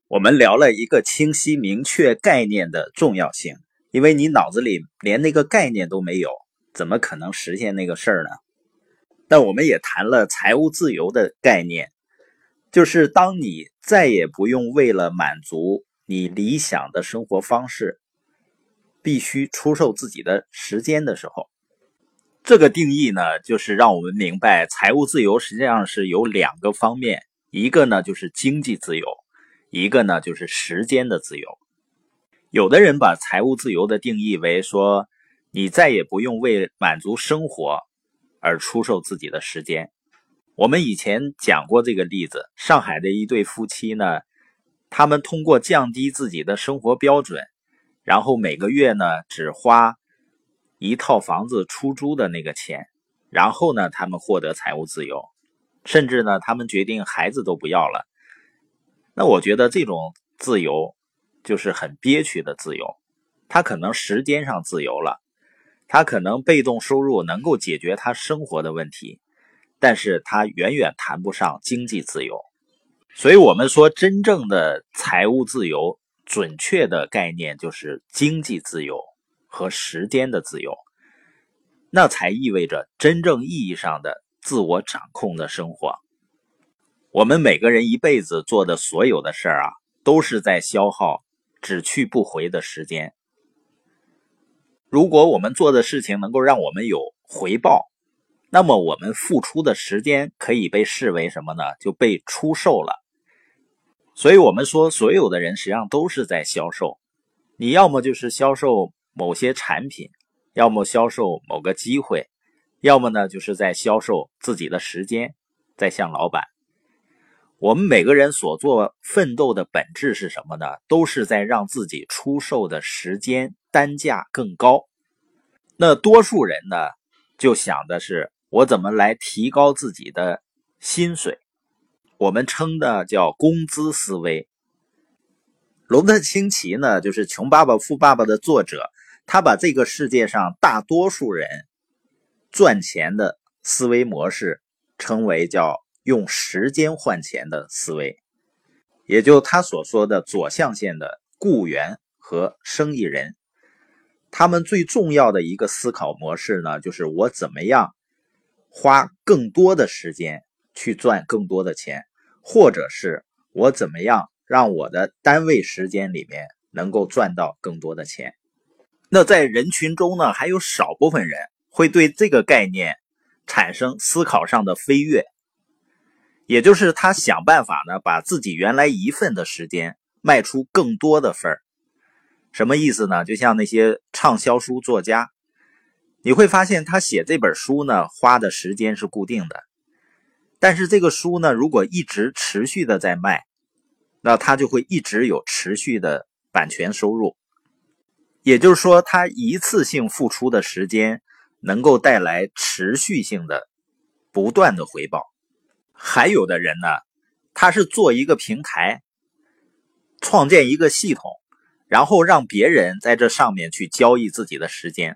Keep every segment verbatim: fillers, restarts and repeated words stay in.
我们聊了一个清晰明确概念的重要性，因为你脑子里连那个概念都没有，怎么可能实现那个事儿呢？但我们也谈了财务自由的概念，就是当你再也不用为了满足你理想的生活方式，必须出售自己的时间的时候。这个定义呢，就是让我们明白财务自由实际上是有两个方面，一个呢就是经济自由，一个呢就是时间的自由。有的人把财务自由的定义为说，你再也不用为满足生活而出售自己的时间。我们以前讲过这个例子，上海的一对夫妻呢，他们通过降低自己的生活标准，然后每个月呢只花一套房子出租的那个钱，然后呢他们获得财务自由，甚至呢他们决定孩子都不要了。那我觉得这种自由就是很憋屈的自由，他可能时间上自由了，他可能被动收入能够解决他生活的问题，但是他远远谈不上经济自由。所以我们说真正的财务自由，准确的概念就是经济自由和时间的自由，那才意味着真正意义上的自我掌控的生活。我们每个人一辈子做的所有的事儿啊，都是在消耗只去不回的时间。如果我们做的事情能够让我们有回报，那么我们付出的时间可以被视为什么呢？就被出售了。所以我们说所有的人实际上都是在销售，你要么就是销售某些产品，要么销售某个机会，要么呢就是在销售自己的时间，在向老板。我们每个人所做奋斗的本质是什么呢？都是在让自己出售的时间单价更高。那多数人呢，就想的是我怎么来提高自己的薪水，我们称的叫工资思维。罗伯特清崎呢，就是《穷爸爸富爸爸》的作者，他把这个世界上大多数人赚钱的思维模式称为叫用时间换钱的思维，也就他所说的左象限的雇员和生意人，他们最重要的一个思考模式呢，就是我怎么样花更多的时间去赚更多的钱，或者是我怎么样让我的单位时间里面能够赚到更多的钱。那在人群中呢，还有少部分人会对这个概念产生思考上的飞跃，也就是他想办法呢，把自己原来一份的时间卖出更多的份儿。什么意思呢？就像那些畅销书作家，你会发现他写这本书呢，花的时间是固定的，但是这个书呢，如果一直持续的在卖，那他就会一直有持续的版权收入。也就是说，他一次性付出的时间能够带来持续性的不断的回报。还有的人呢，他是做一个平台，创建一个系统，然后让别人在这上面去交易自己的时间。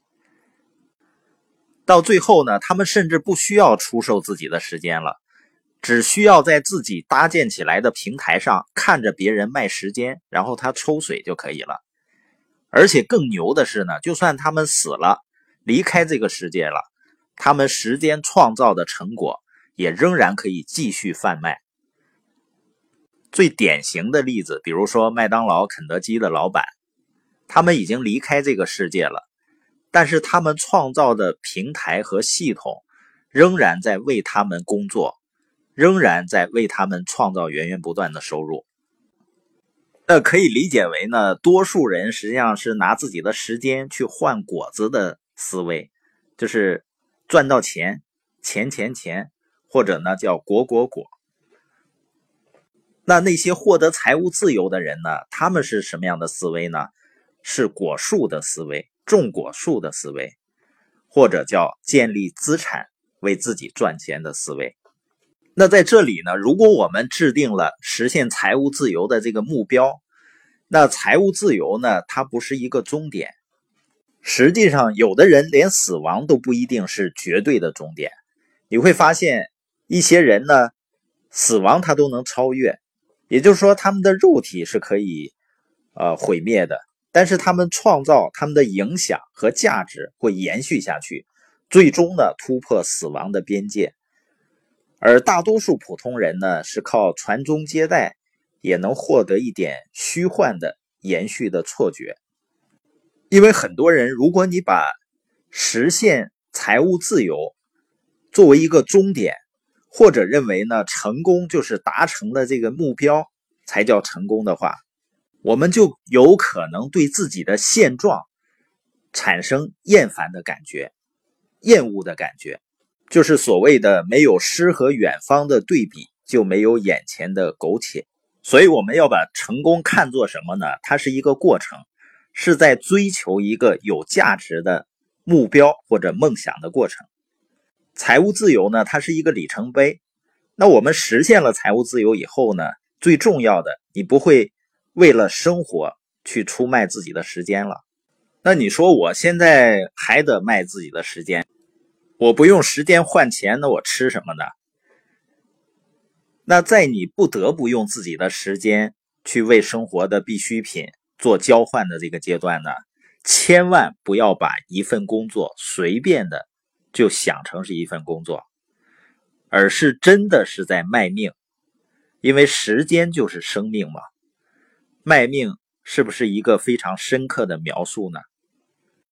到最后呢，他们甚至不需要出售自己的时间了，只需要在自己搭建起来的平台上看着别人卖时间，然后他抽水就可以了。而且更牛的是呢，就算他们死了，离开这个世界了，他们时间创造的成果也仍然可以继续贩卖。最典型的例子，比如说麦当劳、肯德基的老板，他们已经离开这个世界了，但是他们创造的平台和系统仍然在为他们工作，仍然在为他们创造源源不断的收入。那可以理解为呢，多数人实际上是拿自己的时间去换果子的思维，就是赚到钱，钱钱钱，或者呢叫果果果。那那些获得财务自由的人呢，他们是什么样的思维呢？是果树的思维，种果树的思维，或者叫建立资产为自己赚钱的思维。那在这里呢，如果我们制定了实现财务自由的这个目标，那财务自由呢，它不是一个终点。实际上，有的人连死亡都不一定是绝对的终点。你会发现，一些人呢，死亡他都能超越， 也就是说他们的肉体是可以呃毁灭的，但是他们创造他们的影响和价值会延续下去，最终呢突破死亡的边界。而大多数普通人呢是靠传宗接代也能获得一点虚幻的延续的错觉。因为很多人，如果你把实现财务自由作为一个终点，或者认为呢成功就是达成了这个目标才叫成功的话，我们就有可能对自己的现状产生厌烦的感觉，厌恶的感觉，就是所谓的没有诗和远方的对比，就没有眼前的苟且。所以我们要把成功看作什么呢？它是一个过程，是在追求一个有价值的目标或者梦想的过程。财务自由呢，它是一个里程碑。那我们实现了财务自由以后呢，最重要的，你不会为了生活去出卖自己的时间了。那你说我现在还得卖自己的时间，我不用时间换钱，那我吃什么呢？那在你不得不用自己的时间去为生活的必需品做交换的这个阶段呢，千万不要把一份工作随便的就想成是一份工作，而是真的是在卖命。因为时间就是生命嘛，卖命是不是一个非常深刻的描述呢？